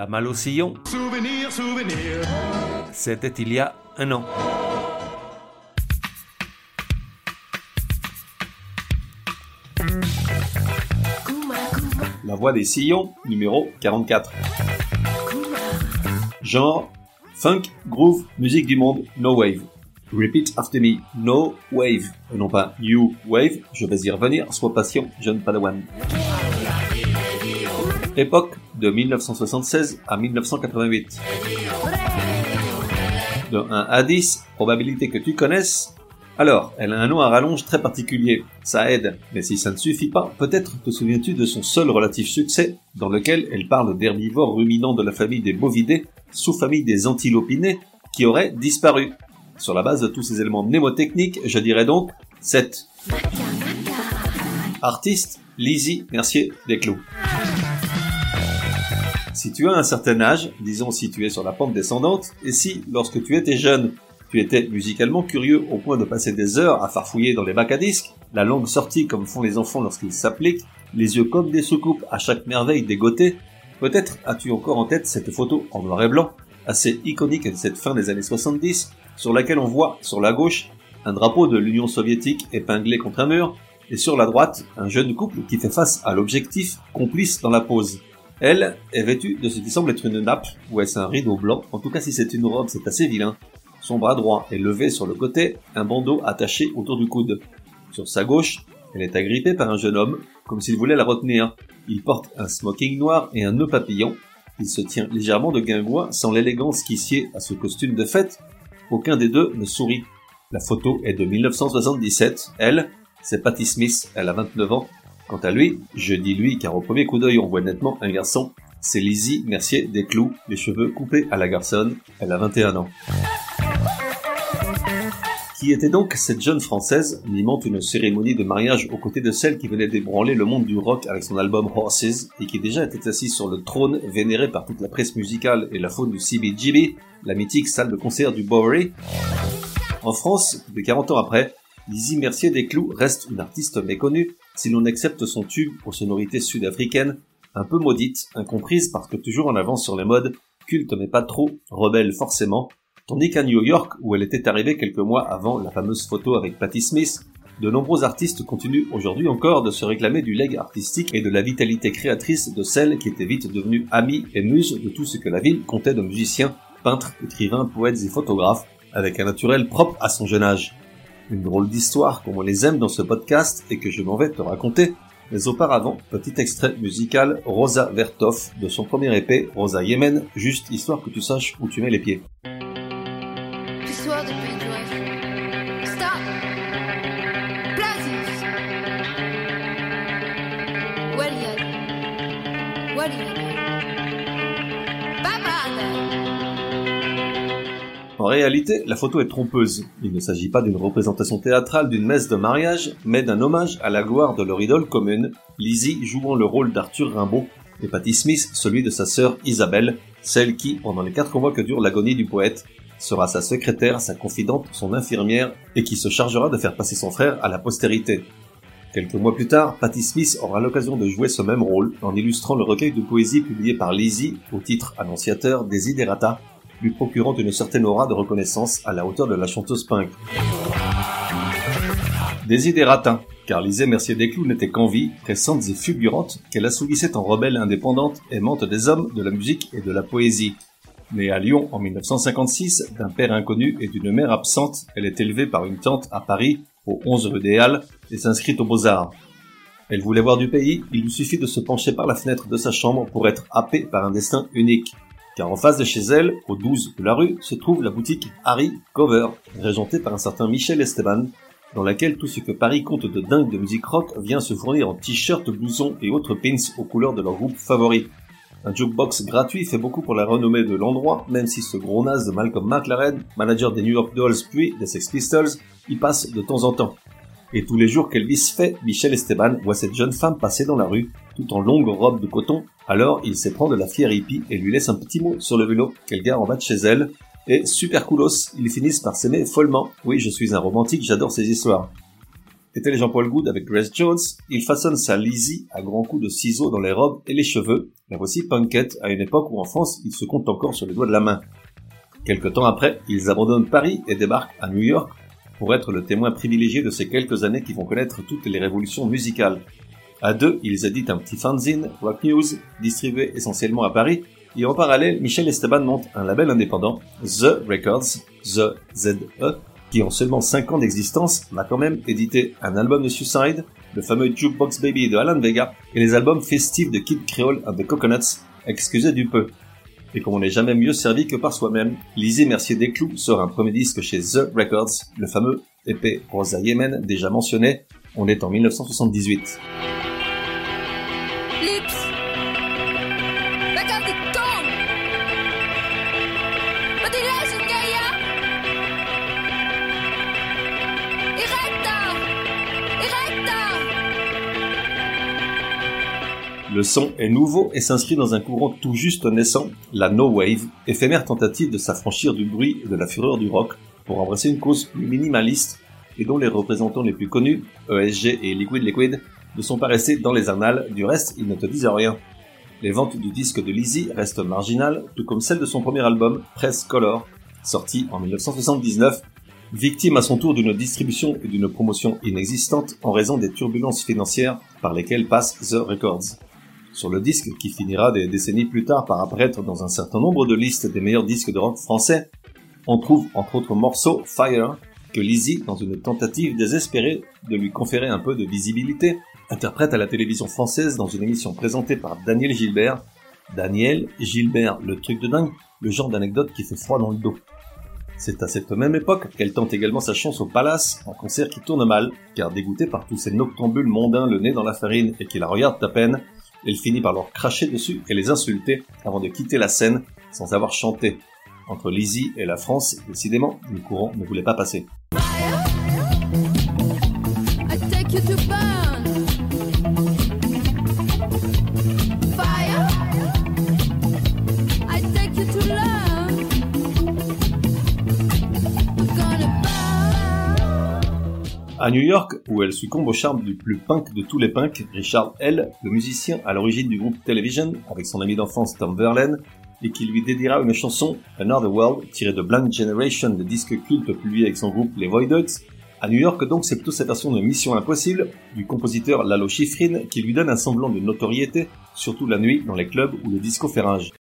La malle au sillon. Souvenir, souvenir. C'était il y a un an. La voix des sillons, numéro 44. Genre, funk, groove, musique du monde, no wave. Repeat after me, no wave. Et non pas new wave, je vais y revenir, sois patient, jeune padawan. Époque de 1976 à 1988. De 1 à 10, probabilité que tu connaisses. Alors, elle a un nom à rallonge très particulier, ça aide, mais si ça ne suffit pas, peut-être te souviens-tu de son seul relatif succès, dans lequel elle parle d'herbivores ruminants de la famille des bovidés, sous-famille des antilopinés, qui auraient disparu. Sur la base de tous ces éléments mnémotechniques, je dirais donc 7. Artiste, Lizzie Mercier Desclous. Si tu as un certain âge, disons si tu es sur la pente descendante, et si, lorsque tu étais jeune, tu étais musicalement curieux au point de passer des heures à farfouiller dans les bacs à disques, la langue sortie comme font les enfants lorsqu'ils s'appliquent, les yeux comme des soucoupes à chaque merveille dégotée, peut-être as-tu encore en tête cette photo en noir et blanc, assez iconique de cette fin des années 70, sur laquelle on voit, sur la gauche, un drapeau de l'Union soviétique épinglé contre un mur, et sur la droite, un jeune couple qui fait face à l'objectif, complice dans la pose. Elle est vêtue de ce qui semble être une nappe, ou est-ce un rideau blanc, en tout cas si c'est une robe c'est assez vilain. Son bras droit est levé sur le côté, un bandeau attaché autour du coude. Sur sa gauche, elle est agrippée par un jeune homme, comme s'il voulait la retenir. Il porte un smoking noir et un nœud papillon. Il se tient légèrement de guingois, sans l'élégance qui sied à ce costume de fête. Aucun des deux ne sourit. La photo est de 1977. Elle, c'est Patti Smith, elle a 29 ans. Quant à lui, je dis lui car au premier coup d'œil on voit nettement un garçon. C'est Lizzie Mercier Desclous, les cheveux coupés à la garçonne. Elle a 21 ans. Qui était donc cette jeune Française, mimant une cérémonie de mariage aux côtés de celle qui venait d'ébranler le monde du rock avec son album Horses, et qui déjà était assise sur le trône vénéré par toute la presse musicale et la faune du CBGB, la mythique salle de concert du Bowery. En France, plus de 40 ans après, Lizzie Mercier Desclous reste une artiste méconnue, si l'on accepte son tube aux sonorités sud-africaines, un peu maudite, incomprise parce que toujours en avance sur les modes, culte mais pas trop, rebelle forcément, tandis qu'à New York, où elle était arrivée quelques mois avant la fameuse photo avec Patti Smith, de nombreux artistes continuent aujourd'hui encore de se réclamer du legs artistique et de la vitalité créatrice de celle qui était vite devenue amie et muse de tout ce que la ville comptait de musiciens, peintres, écrivains, poètes et photographes, avec un naturel propre à son jeune âge. Une drôle d'histoire comme on les aime dans ce podcast et que je m'en vais te raconter, mais auparavant, petit extrait musical Rosa Vertoff de son premier EP Rosa Yemen, juste histoire que tu saches où tu mets les pieds. En réalité, la photo est trompeuse. Il ne s'agit pas d'une représentation théâtrale d'une messe de mariage, mais d'un hommage à la gloire de leur idole commune, Lizzie jouant le rôle d'Arthur Rimbaud, et Patti Smith celui de sa sœur Isabelle, celle qui, pendant les 4 mois que dure l'agonie du poète, sera sa secrétaire, sa confidente, son infirmière, et qui se chargera de faire passer son frère à la postérité. Quelques mois plus tard, Patti Smith aura l'occasion de jouer ce même rôle en illustrant le recueil de poésie publié par Lizzie, au titre annonciateur Desiderata, lui procurant une certaine aura de reconnaissance à la hauteur de la chanteuse punk. Desiderata, car Lizzie Mercier Desclous n'était qu'envie, pressante et fulgurante, qu'elle assouvissait en rebelle indépendante, aimante des hommes, de la musique et de la poésie. Née à Lyon en 1956, d'un père inconnu et d'une mère absente, elle est élevée par une tante à Paris, au 11 rue des Halles, et s'inscrit aux Beaux-Arts. Elle voulait voir du pays, il lui suffit de se pencher par la fenêtre de sa chambre pour être happée par un destin unique. Car en face de chez elle, au 12 de la rue, se trouve la boutique Harry Cover, régentée par un certain Michel Esteban, dans laquelle tout ce que Paris compte de dingue de musique rock vient se fournir en t-shirts, blousons et autres pins aux couleurs de leur groupe favori. Un jukebox gratuit fait beaucoup pour la renommée de l'endroit, même si ce gros naze de Malcolm McLaren, manager des New York Dolls puis des Sex Pistols, y passe de temps en temps. Et tous les jours qu'Elvis fait, Michel Esteban voit cette jeune femme passer dans la rue, tout en longue robe de coton. Alors il s'éprend de la fière hippie et lui laisse un petit mot sur le vélo qu'elle gare en bas de chez elle. Et super coolos, ils finissent par s'aimer follement. Oui, je suis un romantique, j'adore ces histoires. était Jean-Paul Goud avec Grace Jones, il façonne sa Lizzie à grands coups de ciseaux dans les robes et les cheveux, la voici punkette à une époque où en France il se compte encore sur les doigts de la main. Quelque temps après, ils abandonnent Paris et débarquent à New York pour être le témoin privilégié de ces quelques années qui vont connaître toutes les révolutions musicales. À deux, ils éditent un petit fanzine, Rock News, distribué essentiellement à Paris, et en parallèle, Michel Esteban monte un label indépendant, The Records, The Z-E, qui en seulement 5 ans d'existence m'a quand même édité un album de Suicide, le fameux Jukebox Baby de Alan Vega, et les albums festifs de Kid Creole and the Coconuts, excusez du peu. Et comme on n'est jamais mieux servi que par soi-même, Lizzie Mercier Desclous sort un premier disque chez The Records, le fameux EP Rosa Yemen déjà mentionné, on est en 1978. Le son est nouveau et s'inscrit dans un courant tout juste naissant, la No Wave, éphémère tentative de s'affranchir du bruit et de la fureur du rock pour embrasser une cause plus minimaliste et dont les représentants les plus connus, ESG et Liquid Liquid, ne sont pas restés dans les annales, du reste ils ne te disent rien. Les ventes du disque de Lizzie restent marginales, tout comme celles de son premier album, Press Color, sorti en 1979, victime à son tour d'une distribution et d'une promotion inexistantes en raison des turbulences financières par lesquelles passe The Records. Sur le disque, qui finira des décennies plus tard par apparaître dans un certain nombre de listes des meilleurs disques de rock français, on trouve entre autres morceaux Fire, que Lizzie, dans une tentative désespérée de lui conférer un peu de visibilité, interprète à la télévision française dans une émission présentée par Daniel Gilbert. Daniel Gilbert, le truc de dingue, le genre d'anecdote qui fait froid dans le dos. C'est à cette même époque qu'elle tente également sa chance au Palace, un concert qui tourne mal, car dégoûtée par tous ces noctambules mondains le nez dans la farine et qui la regardent à peine, elle finit par leur cracher dessus et les insulter avant de quitter la scène sans avoir chanté. Entre Lizzie et la France, décidément, le courant ne voulait pas passer. À New York, où elle succombe au charme du plus punk de tous les punks, Richard Hell, le musicien à l'origine du groupe Television, avec son ami d'enfance Tom Verlaine, et qui lui dédiera une chanson, Another World, tirée de Blank Generation, le disque culte publié avec son groupe les Void Dogs. À New York, donc, c'est plutôt cette version de Mission Impossible, du compositeur Lalo Schifrin, qui lui donne un semblant de notoriété, surtout la nuit dans les clubs ou le disco fait rage.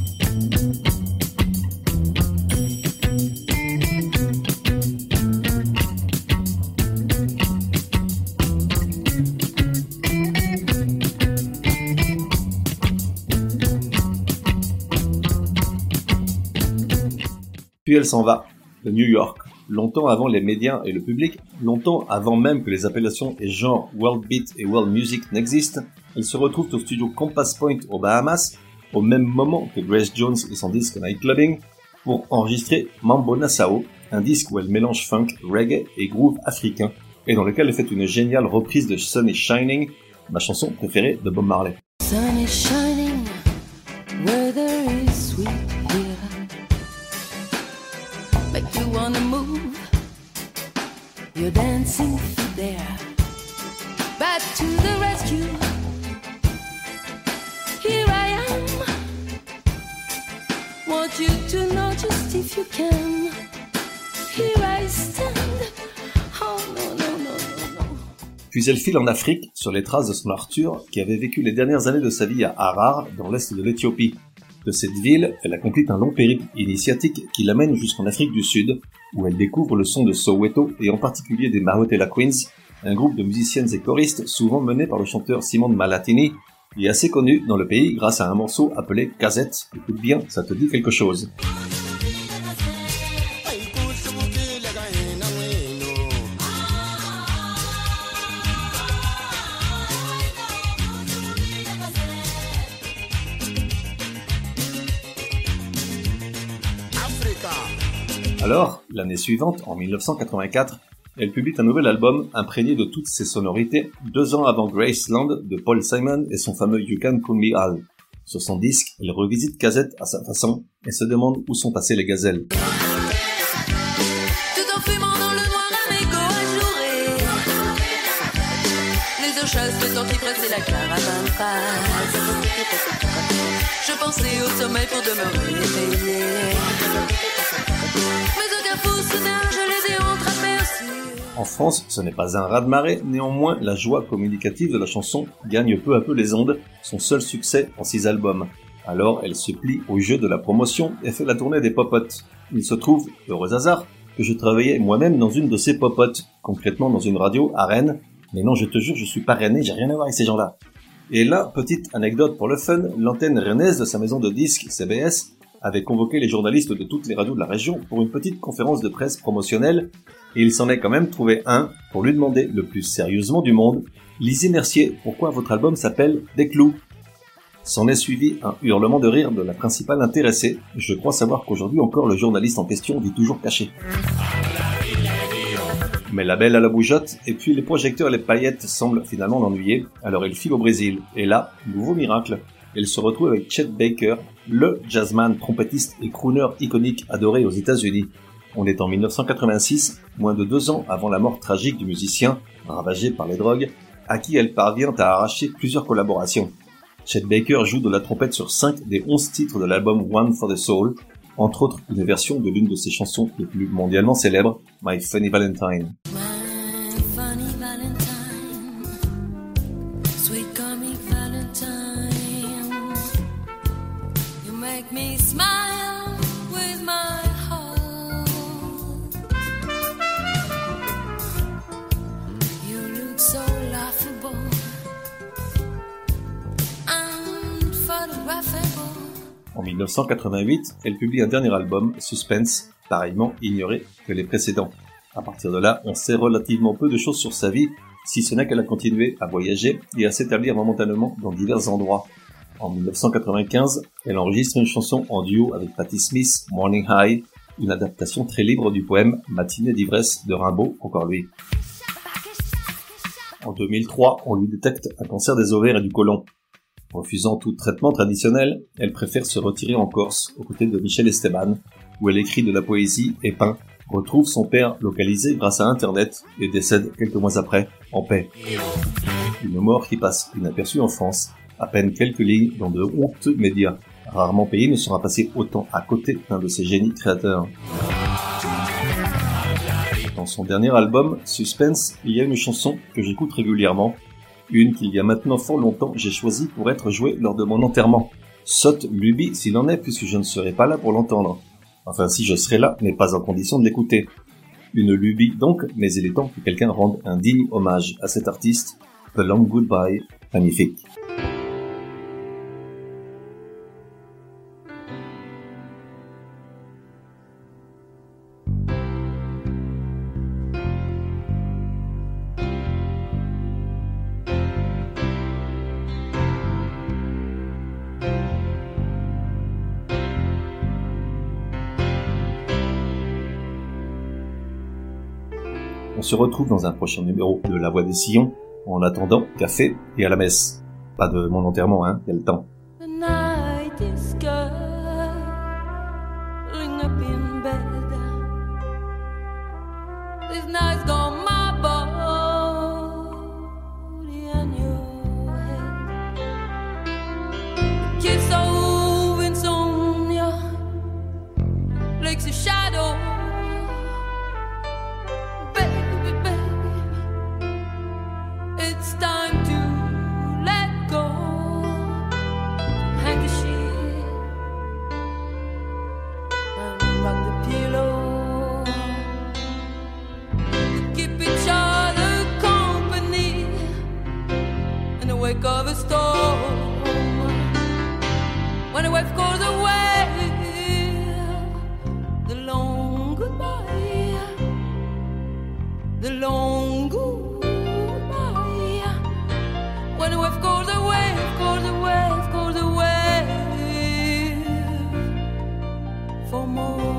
Puis elle s'en va, de New York, longtemps avant les médias et le public, longtemps avant même que les appellations et genres World Beat et World Music n'existent, elle se retrouve au studio Compass Point aux Bahamas, au même moment que Grace Jones et son disque Night Clubbing, pour enregistrer Mambo Nassau, un disque où elle mélange funk, reggae et groove africain, et dans lequel elle fait une géniale reprise de Sun is Shining, ma chanson préférée de Bob Marley. Sun is shining, weather is sweet here. Make you wanna move, you're dancing there, back to the rescue, here I am, want you to know just if you can, here I stand, oh no, no, no, no, no. Puis elle file en Afrique, sur les traces de son Arthur, qui avait vécu les dernières années de sa vie à Harar, dans l'est de l'Éthiopie. De cette ville, elle accomplit un long périple initiatique qui l'amène jusqu'en Afrique du Sud, où elle découvre le son de Soweto et en particulier des Mahotela Queens, un groupe de musiciennes et choristes souvent mené par le chanteur Simon Malatini, et assez connu dans le pays grâce à un morceau appelé Kazette. Écoute bien, ça te dit quelque chose. Alors, l'année suivante, en 1984, elle publie un nouvel album imprégné de toutes ses sonorités, 2 ans avant Graceland de Paul Simon et son fameux You Can Call Me Al. Sur son disque, elle revisite Kazette à sa façon et se demande où sont passées les gazelles. Tout en fumant dans le noir, un écho ajouré. de chasse, le dentifrice et la caravane passe. Je pensais au sommeil pour de me réveiller. Mais aucun fou soudain, je les ai entrappés aussi. En France, ce n'est pas un raz-de-marée, néanmoins, la joie communicative de la chanson gagne peu à peu les ondes, son seul succès en 6 albums. Alors, elle se plie au jeu de la promotion et fait la tournée des popotes. Il se trouve, heureux hasard, que je travaillais moi-même dans une de ces popotes, concrètement dans une radio à Rennes. Mais non, je te jure, je suis pas rennais, j'ai rien à voir avec ces gens-là. Et là, petite anecdote pour le fun, l'antenne rennaise de sa maison de disques, CBS, avait convoqué les journalistes de toutes les radios de la région pour une petite conférence de presse promotionnelle, et il s'en est quand même trouvé un pour lui demander le plus sérieusement du monde « Lizzie Mercier, pourquoi votre album s'appelle Des clous ?» S'en est suivi un hurlement de rire de la principale intéressée. Je crois savoir qu'aujourd'hui encore le journaliste en question vit toujours caché. Mais la belle à la bougeotte, et puis les projecteurs et les paillettes semblent finalement l'ennuyer, alors elle file au Brésil. Et là, nouveau miracle, elle se retrouve avec Chet Baker, le jazzman, trompettiste et crooner iconique adoré aux États-Unis. On est en 1986, moins de 2 ans avant la mort tragique du musicien, ravagé par les drogues, à qui elle parvient à arracher plusieurs collaborations. Chet Baker joue de la trompette sur 5 des 11 titres de l'album One for the Soul, entre autres une version de l'une de ses chansons les plus mondialement célèbres, My Funny Valentine. My funny Valentine, sweet comic Valentine, you make me smile with my heart. You look so laughable and photographable. En 1988, elle publie un dernier album, Suspense, pareillement ignoré que les précédents. À partir de là, on sait relativement peu de choses sur sa vie, si ce n'est qu'elle a continué à voyager et à s'établir momentanément dans divers endroits. En 1995, elle enregistre une chanson en duo avec Patti Smith, Morning High, une adaptation très libre du poème Matinée d'ivresse de Rimbaud, encore lui. En 2003, on lui détecte un cancer des ovaires et du côlon. Refusant tout traitement traditionnel, elle préfère se retirer en Corse, aux côtés de Michel Esteban, où elle écrit de la poésie et peint, retrouve son père localisé grâce à Internet et décède quelques mois après, en paix. Une mort qui passe inaperçue en France, à peine quelques lignes dans de honteux médias. Rarement pays ne sera passé autant à côté d'un de ses génies créateurs. Dans son dernier album, Suspense, il y a une chanson que j'écoute régulièrement, une qu'il y a maintenant fort longtemps j'ai choisie pour être jouée lors de mon enterrement. Sotte lubie s'il en est puisque je ne serai pas là pour l'entendre. Enfin si je serai là, mais pas en condition de l'écouter. Une lubie donc, mais il est temps que quelqu'un rende un digne hommage à cet artiste. The Long Goodbye, magnifique. On se retrouve dans un prochain numéro de La Voix des Sillons. En attendant, café et à la messe. Pas de mon enterrement, hein, il y a le temps. The night is curling up in bed. These nights got my body and your head. Kiss of insomnia, like a shadow. Baby, baby, it's time to let go. Hang the sheet and rock the pillow. Keep each other company in the wake of a storm. When the wave goes away, the long goodbye, the long goodbye. When the wave goes away, goes away, goes away for more.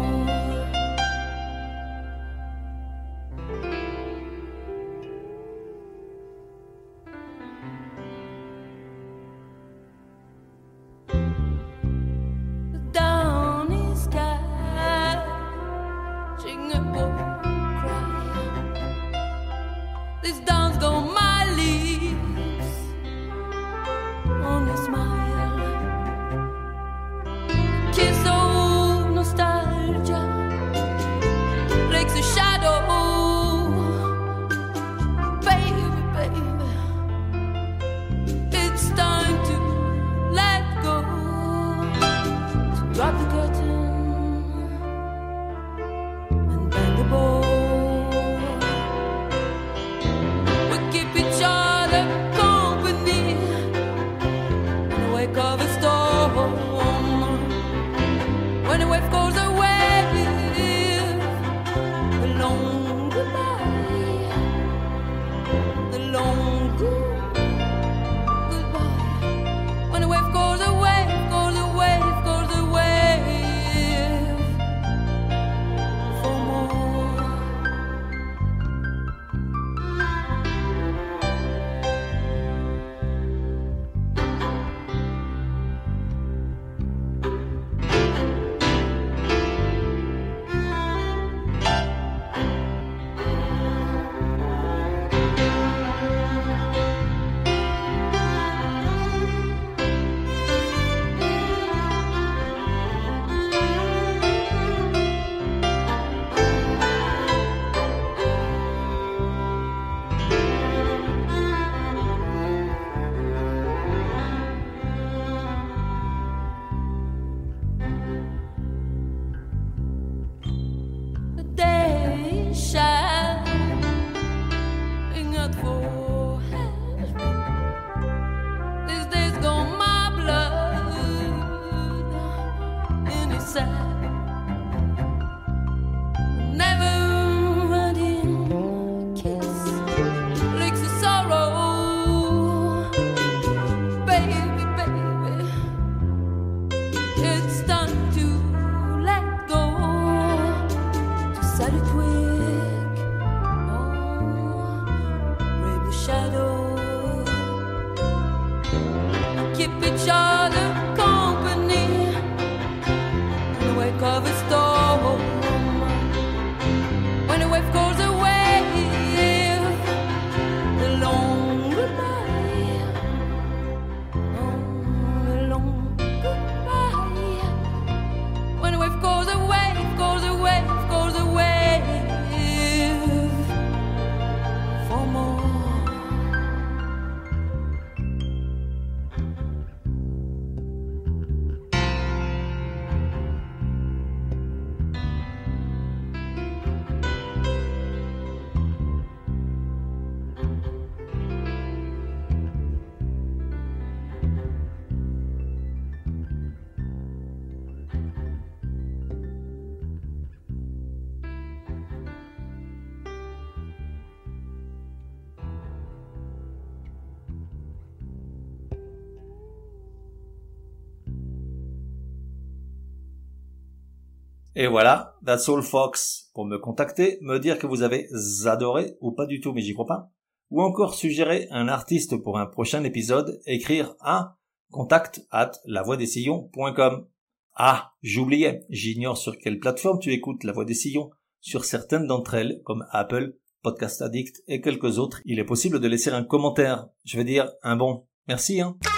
kiss of nostalgia, like the shadow. Baby, baby, it's time to let go, to drop the curtain and bend the bow. We keep each other company in the wake of a storm. When the wave goes away, the long goodbye, the long goodbye. When the wave goes away, goes away, goes away for more. The day shining out for heaven. These days gone my blood in his side. Never ending kiss licks the sorrow. Baby, baby, it's time to let go, to set it quick, brave the shadow. Keep each other company in the wake of a storm. When the wave goes away, the long goodbye, the long goodbye. When the wave goes away, goes away, goes away for more. Et voilà, that's all folks. Pour me contacter, me dire que vous avez adoré ou pas du tout, mais j'y crois pas, ou encore suggérer un artiste pour un prochain épisode, écrire à contact@lavoixdessillons.com. Ah, j'oubliais, j'ignore sur quelle plateforme tu écoutes La Voix des Sillons. Sur certaines d'entre elles, comme Apple, Podcast Addict et quelques autres, il est possible de laisser un commentaire. Je veux dire, un bon. Merci, hein.